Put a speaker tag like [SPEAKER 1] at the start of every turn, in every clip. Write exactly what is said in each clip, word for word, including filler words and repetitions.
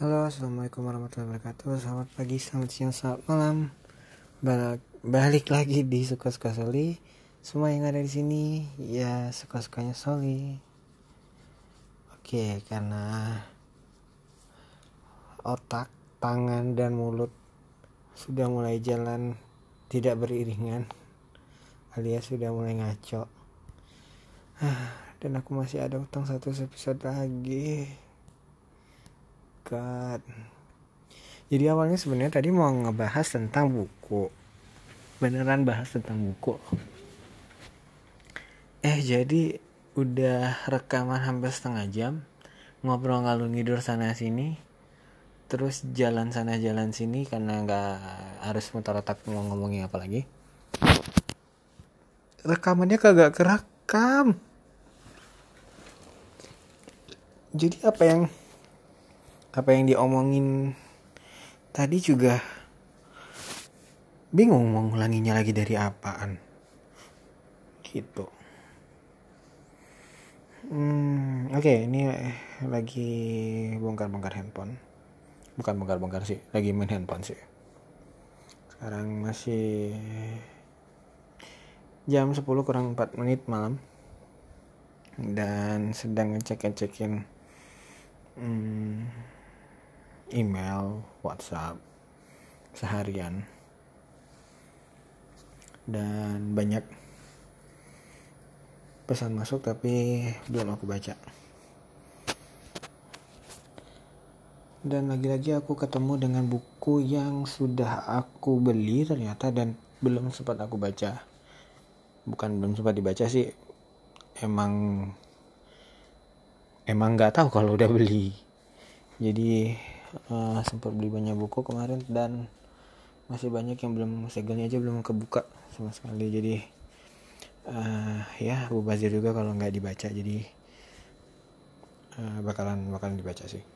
[SPEAKER 1] Halo, assalamualaikum warahmatullahi wabarakatuh. Selamat pagi, selamat siang, selamat malam. Balik, balik lagi di suka-suka Soli. Semua yang ada di sini ya suka-sukanya Soli. Oke, karena otak, tangan dan mulut sudah mulai jalan tidak beriringan, alias sudah mulai ngaco. Dan aku masih ada utang satu episode lagi. God. Jadi awalnya sebenarnya tadi mau ngebahas tentang buku. Beneran bahas tentang buku. Eh jadi udah rekaman hampir setengah jam, ngobrol ngalur ngidur sana sini, terus jalan sana jalan sini karena nggak harus muter otak mau ngomongin apa lagi. Rekamannya kagak kerekam. Jadi apa yang apa yang diomongin tadi juga bingung mau ngulanginya lagi dari apaan gitu. Hmm, oke, okay, ini lagi bongkar-bongkar handphone. Bukan bongkar-bongkar sih, lagi main handphone sih. Sekarang masih jam sepuluh kurang empat menit malam. Dan sedang ngecek-ngecekin hmm, email, WhatsApp seharian. Dan banyak pesan masuk tapi belum aku baca. Dan lagi-lagi aku ketemu dengan buku yang sudah aku beli ternyata dan belum sempat aku baca. Bukan belum sempat dibaca sih, emang emang nggak tahu kalau udah beli. Jadi uh, sempat beli banyak buku kemarin dan masih banyak yang belum, segelnya aja belum kebuka sama sekali. Jadi uh, ya mubazir juga kalau nggak dibaca. Jadi uh, bakalan bakalan dibaca sih.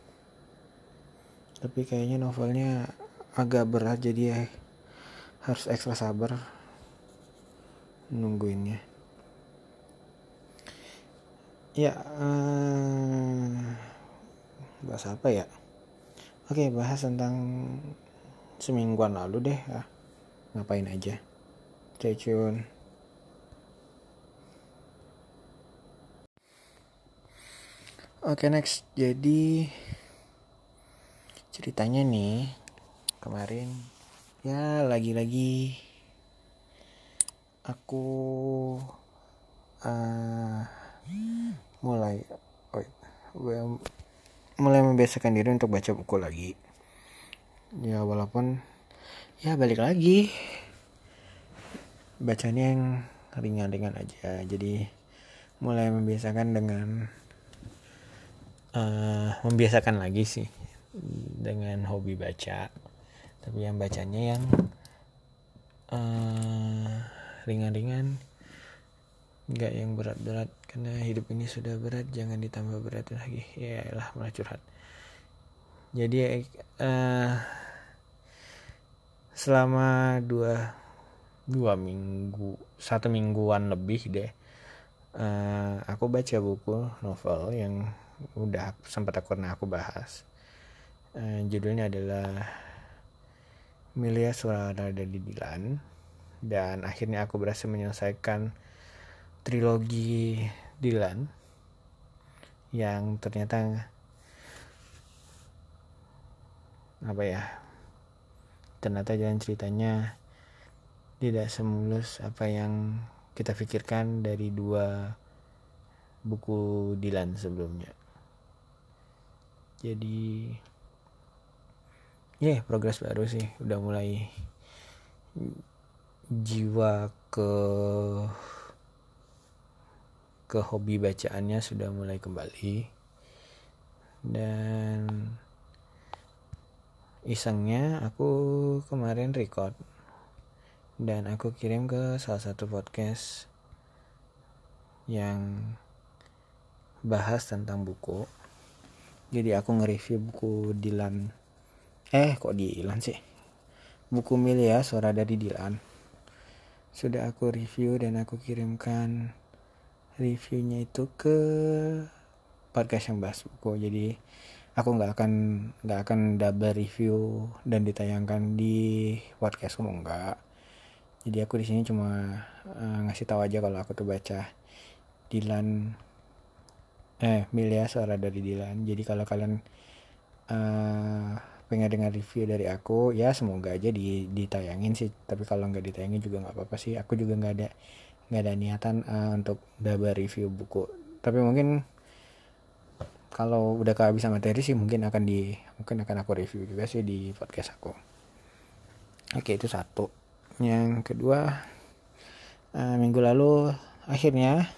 [SPEAKER 1] Tapi kayaknya novelnya agak berat, jadi ya harus ekstra sabar nungguinnya. Ya, uh, bahas apa ya? Oke, bahas tentang semingguan lalu deh. Ah, ngapain aja? Stay tune. Oke, next. Jadi ceritanya nih, kemarin ya lagi-lagi aku uh, mulai wait, well, mulai membiasakan diri untuk baca buku lagi. Ya walaupun ya balik lagi bacanya yang ringan-ringan aja. Jadi mulai membiasakan dengan uh, membiasakan lagi sih dengan hobi baca. Tapi yang bacanya yang uh, ringan-ringan, nggak yang berat-berat, karena hidup ini sudah berat, jangan ditambah berat lagi. Ya lah, malah curhat. Jadi uh, selama dua dua minggu satu mingguan lebih deh uh, aku baca buku novel yang udah sempat aku pernah aku bahas. Uh, judulnya adalah Milea Suara dari Dilan, dan akhirnya aku berhasil menyelesaikan trilogi Dilan yang ternyata apa ya ternyata jalan ceritanya tidak semulus apa yang kita pikirkan dari dua buku Dilan sebelumnya. Jadi ya yeah, progres baru sih, udah mulai jiwa ke ke hobi bacaannya sudah mulai kembali. Dan isengnya aku kemarin record dan aku kirim ke salah satu podcast yang bahas tentang buku. Jadi aku nge-review buku Dilan Eh kok Dilan sih buku Milea Suara dari Dilan. Sudah aku review dan aku kirimkan reviewnya itu ke podcast yang bahas buku. Jadi aku nggak akan nggak akan double review dan ditayangkan di podcastku, enggak. Jadi aku di sini cuma uh, ngasih tahu aja kalau aku tuh baca Dilan eh Milya Suara dari Dilan. Jadi kalau kalian uh, pengen dengar review dari aku, ya semoga aja di, ditayangin sih. Tapi kalau nggak ditayangin juga nggak apa-apa sih. Aku juga nggak ada nggak ada niatan uh, untuk double review buku. Tapi mungkin kalau udah kehabisan materi sih mungkin akan di mungkin akan aku review juga sih di podcast aku. Oke, itu satu. Yang kedua, uh, minggu lalu akhirnya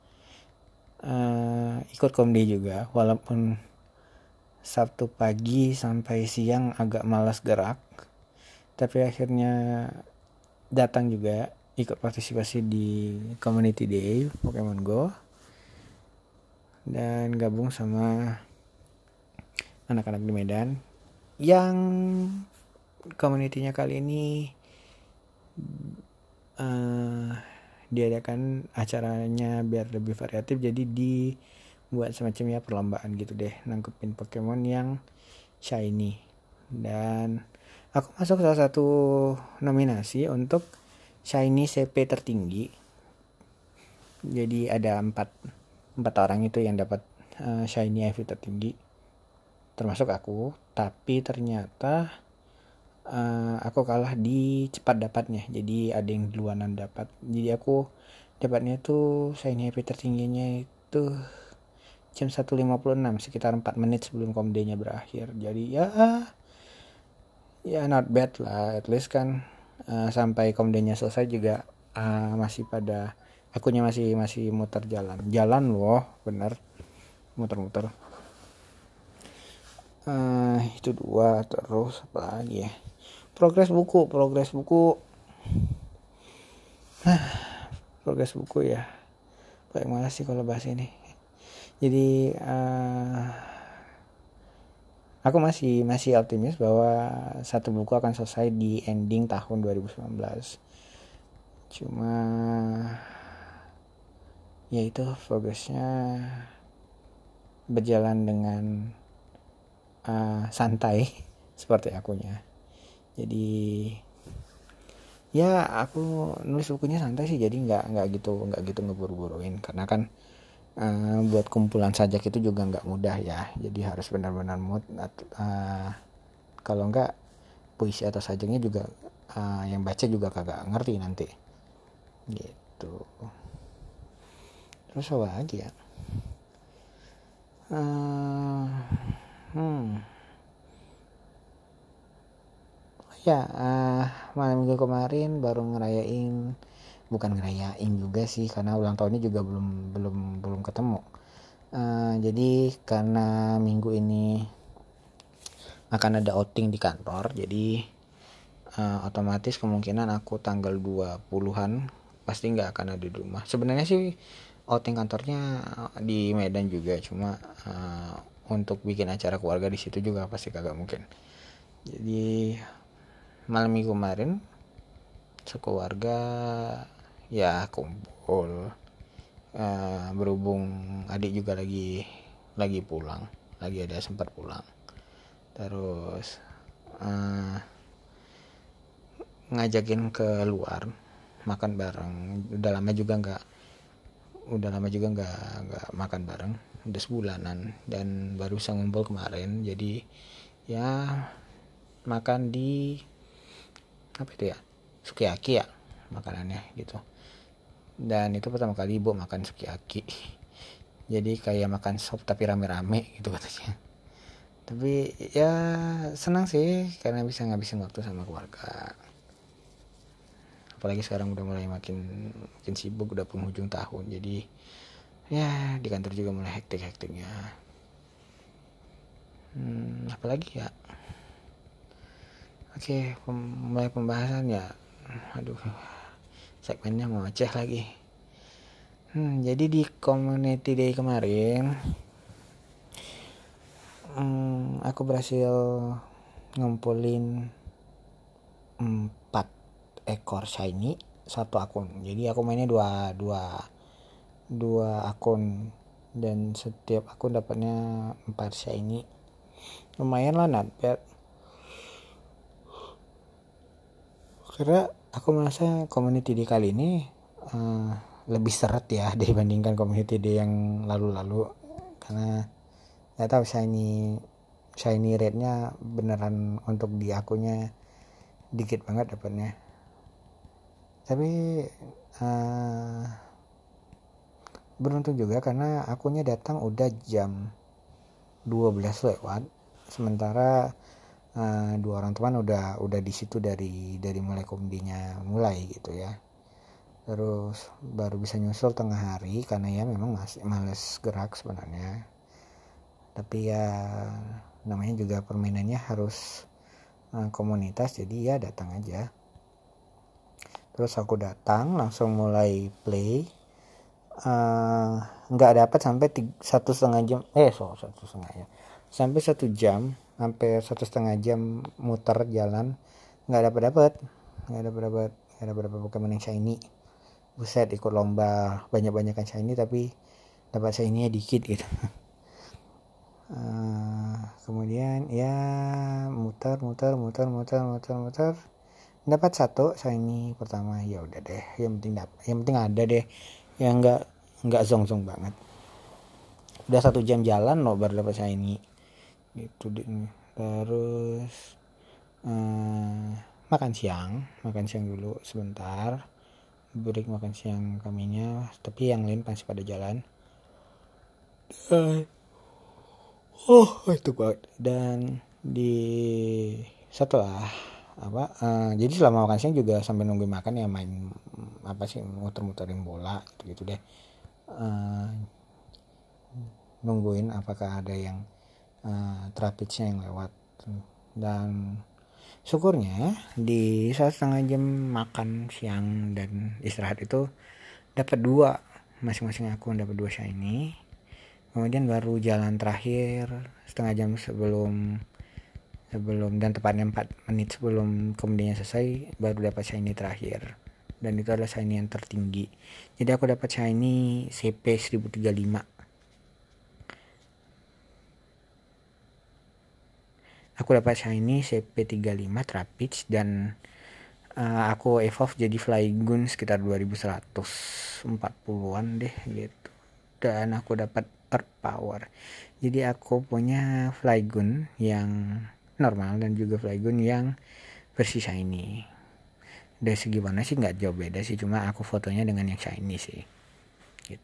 [SPEAKER 1] uh, ikut komedi juga, walaupun Sabtu pagi sampai siang agak malas gerak, tapi akhirnya datang juga ikut partisipasi di Community Day Pokemon Go dan gabung sama anak-anak di Medan yang community-nya kali ini uh, diadakan acaranya biar lebih variatif, jadi dibuat semacam ya perlombaan gitu deh, nangkepin Pokemon yang shiny. Dan aku masuk salah satu nominasi untuk shiny C P tertinggi. Jadi ada empat empat orang itu yang dapat uh, shiny I V tertinggi, termasuk aku. Tapi ternyata uh, aku kalah di cepat dapatnya. Jadi ada yang duluanan dapat. Jadi aku dapatnya tuh shiny I V tertingginya itu jam satu lima puluh enam, sekitar empat menit sebelum komdenya berakhir. Jadi ya ya not bad lah, at least kan uh, sampai komdenya selesai juga uh, masih pada akunya masih masih muter jalan jalan loh, bener muter-muter. Uh, itu dua. Terus apa lagi ya, progres buku progres buku progres buku ya, paling malas sih kalau bahas ini. Jadi uh, aku masih masih optimis bahwa satu buku akan selesai di ending tahun dua ribu sembilan belas. Cuma ya itu progresnya berjalan dengan uh, santai seperti akunya. Jadi ya aku nulis bukunya santai sih, jadi nggak nggak gitu nggak gitu ngeburu-buruin, karena kan uh, buat kumpulan sajak itu juga nggak mudah ya. Jadi harus benar-benar mood. Uh, kalau nggak puisi atau sajaknya juga uh, yang baca juga kagak ngerti nanti gitu. Terus apa lagi ya? Uh, hmm. Ya, uh, malam minggu kemarin baru ngerayain, bukan ngerayain juga sih, karena ulang tahunnya juga belum belum belum ketemu. Uh, jadi karena minggu ini akan ada outing di kantor, jadi uh, otomatis kemungkinan aku tanggal dua puluhan pasti nggak akan ada di rumah. Sebenarnya sih outing kantornya di Medan juga, cuma uh, untuk bikin acara keluarga di situ juga pasti kagak mungkin. Jadi malam minggu kemarin sekeluarga ya kumpul, uh, berhubung adik juga lagi lagi pulang, lagi ada sempat pulang. Terus uh, ngajakin ke luar makan bareng. Udah lama juga nggak udah lama juga nggak nggak makan bareng, udah sebulanan, dan baru bisa ngumpul kemarin. Jadi ya makan di apa itu ya, sukiyaki ya makanannya gitu. Dan itu pertama kali ibu makan sukiyaki, jadi kayak makan sop tapi rame-rame gitu katanya. Tapi ya senang sih karena bisa ngabisin waktu sama keluarga. Apalagi sekarang udah mulai makin makin sibuk, udah penghujung tahun, jadi ya di kantor juga mulai hektik-hektiknya. Hmm, apalagi ya? Oke, pem- mulai pembahasan ya. Aduh, segmennya mau ngeceh lagi. Hmm, jadi di Community Day kemarin, hmm, aku berhasil ngumpulin empat ekor shiny satu akun. Jadi aku mainnya dua dua dua akun, dan setiap akun dapatnya empat shiny. lumayan lah, not bad. Karena aku merasa community day kali ini uh, lebih seret ya dibandingkan community day yang lalu-lalu, karena gak tahu shiny shiny rate-nya beneran untuk di akunnya dikit banget dapatnya. Tapi uh, beruntung juga karena akunnya datang udah jam dua belas lewat, sementara uh, dua orang teman udah udah di situ dari dari mulai komedinya mulai gitu ya. Terus baru bisa nyusul tengah hari karena ya memang masih males gerak sebenarnya. Tapi ya namanya juga permainannya harus uh, komunitas, jadi ya datang aja. Terus aku datang langsung mulai play. Nggak uh, dapat sampai tiga, satu setengah jam eh so satu setengah ya sampai satu jam sampai satu setengah jam muter jalan, nggak dapat dapat nggak dapat dapat nggak dapat dapat Pokemon yang shiny. Buset, ikut lomba banyak-banyakan shiny tapi dapat shiny-nya dikit gitu. uh, kemudian ya muter muter muter muter muter muter dapat satu shiny pertama. Ya udah deh, yang penting dapat, yang penting ada deh, yang nggak nggak zong-zong banget. Udah satu jam jalan loh baru dapat shiny itu. Terus uh, makan siang makan siang dulu sebentar, break makan siang kaminya, tapi yang lain masih pada jalan. uh, oh itu banget. Dan di setelah apa uh, jadi selama makan siang juga sambil nunggu makan ya main apa sih, muter-muterin bola gitu deh, uh, nungguin apakah ada yang uh, trapitsnya yang lewat. Dan syukurnya di saat setengah jam makan siang dan istirahat itu dapat dua, masing-masing aku dapat dua shiny. Kemudian baru jalan terakhir setengah jam sebelum sebelum dan tepatnya empat menit sebelum komedinya selesai baru dapat shiny terakhir, dan itu adalah shiny yang tertinggi. Jadi aku dapat shiny C P seribu tiga puluh lima. Aku dapat shiny C P tiga puluh lima Trapinch, dan uh, aku evolve jadi Flygon sekitar dua ribu seratus empat puluhan deh gitu. Dan aku dapat Earth Power. Jadi aku punya Flygon yang normal dan juga Flygon yang versi shiny. Dari segi warna sih nggak jauh beda sih, cuma aku fotonya dengan yang shiny sih gitu.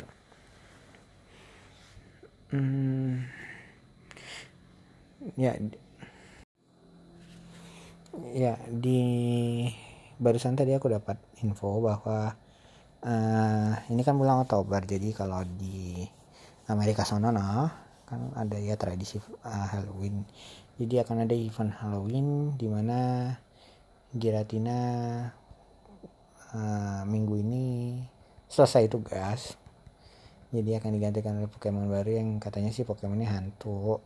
[SPEAKER 1] hmm, ya ya di barusan tadi aku dapat info bahwa uh, ini kan bulan Oktober, jadi kalau di Amerika sana nah kan ada ya tradisi uh, Halloween. Jadi akan ada event Halloween di mana Giratina uh, minggu ini selesai tugas. Jadi akan digantikan oleh Pokemon baru yang katanya sih Pokemonnya hantu.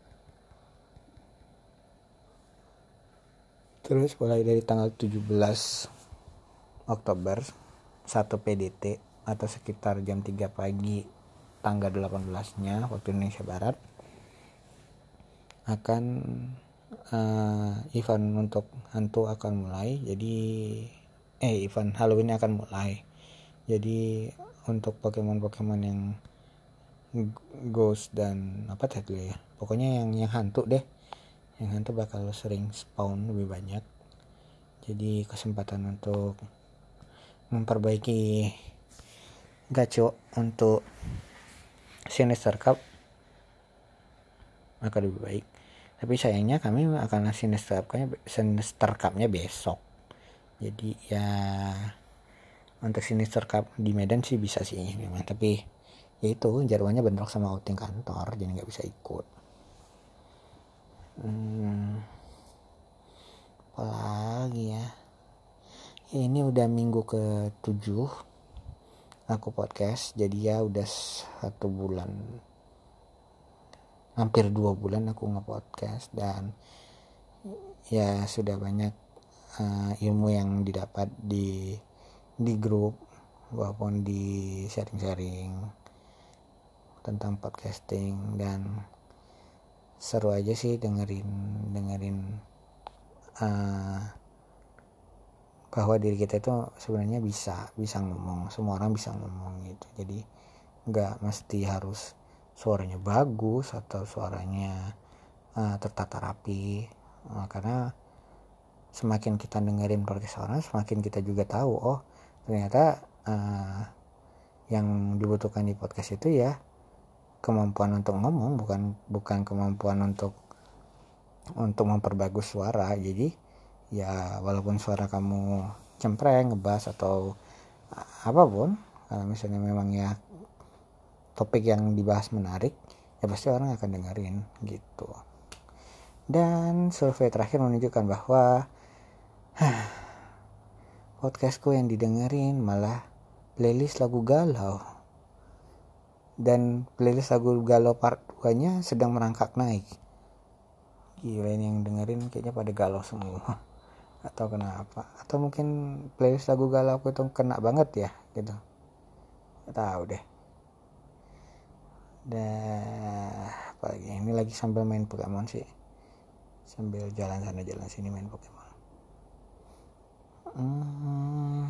[SPEAKER 1] Terus mulai dari tanggal tujuh belas Oktober satu P D T atau sekitar jam tiga pagi tanggal delapan belas-nya waktu Indonesia Barat akan uh, event untuk hantu akan mulai. Jadi eh event Halloween akan mulai. Jadi untuk Pokemon-Pokemon yang ghost dan apa tadi ya, pokoknya yang yang hantu deh, yang hantu bakal sering spawn lebih banyak. Jadi kesempatan untuk memperbaiki gacho untuk Sinister Cup akan lebih baik. Tapi sayangnya kami akan Sinister Cup-nya Sinister Cup-nya besok. Jadi ya untuk Sinister Cup di Medan sih bisa sih memang, tapi ya itu jadwalnya bentrok sama outing kantor, jadi nggak bisa ikut. Hmm, apa lagi ya? Ini udah minggu ke tujuh aku podcast, jadi ya udah satu bulan, hampir dua bulan aku nge-podcast, dan ya sudah banyak uh, ilmu yang didapat di di grup walaupun di sharing-sharing tentang podcasting. Dan seru aja sih dengerin dengerin uh, bahwa diri kita itu sebenarnya bisa bisa ngomong, semua orang bisa ngomong gitu. Jadi nggak mesti harus suaranya bagus atau suaranya uh, tertata rapi, uh, karena semakin kita dengerin podcast orang, semakin kita juga tahu oh ternyata uh, yang dibutuhkan di podcast itu ya kemampuan untuk ngomong, bukan bukan kemampuan untuk untuk memperbagus suara. Jadi ya walaupun suara kamu cempreng, ngebas atau apapun, kalau misalnya memang ya topik yang dibahas menarik, ya pasti orang akan dengerin gitu. Dan survei terakhir menunjukkan bahwa podcastku yang didengerin malah playlist lagu galau, dan playlist lagu galau part dua nya sedang merangkak naik. Gila, ini yang dengerin kayaknya pada galau semua atau kenapa, atau mungkin playlist lagu galau aku itu kena banget ya gitu, nggak tahu deh. Dah, apalagi ini lagi sambil main Pokemon sih, sambil jalan sana jalan sini main Pokemon. hmm,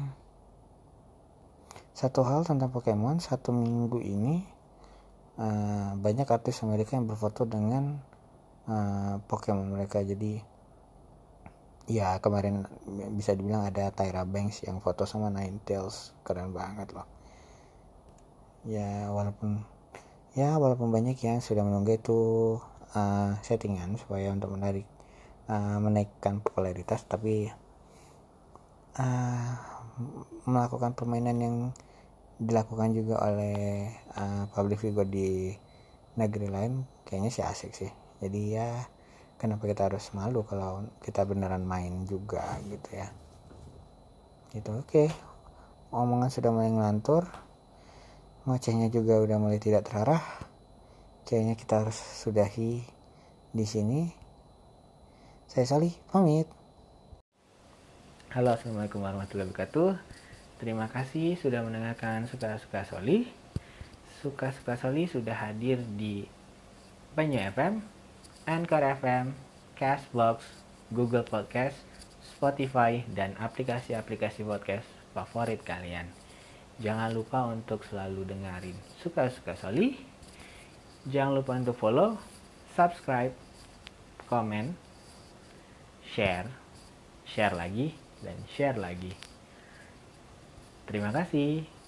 [SPEAKER 1] satu hal tentang Pokemon, satu minggu ini uh, banyak artis Amerika yang berfoto dengan uh, Pokemon mereka. Jadi ya kemarin bisa dibilang ada Tyra Banks yang foto sama Ninetales, keren banget loh. Ya walaupun ya walaupun banyak yang sudah menunggu itu uh, settingan supaya untuk menarik uh, menaikkan popularitas, tapi uh, melakukan permainan yang dilakukan juga oleh uh, public figure di negeri lain kayaknya sih asik sih. Jadi ya kenapa kita harus malu kalau kita beneran main juga gitu ya. Gitu. Oke, omongan sudah mulai ngelantur, ngocehnya juga udah mulai tidak terarah. Kayaknya kita harus sudahi di sini. Saya Soli pamit. Halo, assalamualaikum warahmatullahi wabarakatuh. Terima kasih sudah mendengarkan Suka-Suka Soli. Suka-Suka Soli sudah hadir di Banyu F M, Anchor F M, Castbox, Google Podcast, Spotify, dan aplikasi-aplikasi podcast favorit kalian. Jangan lupa untuk selalu dengerin Suka-Suka Soli. Jangan lupa untuk follow, subscribe, komen, share, share lagi, dan share lagi. Terima kasih.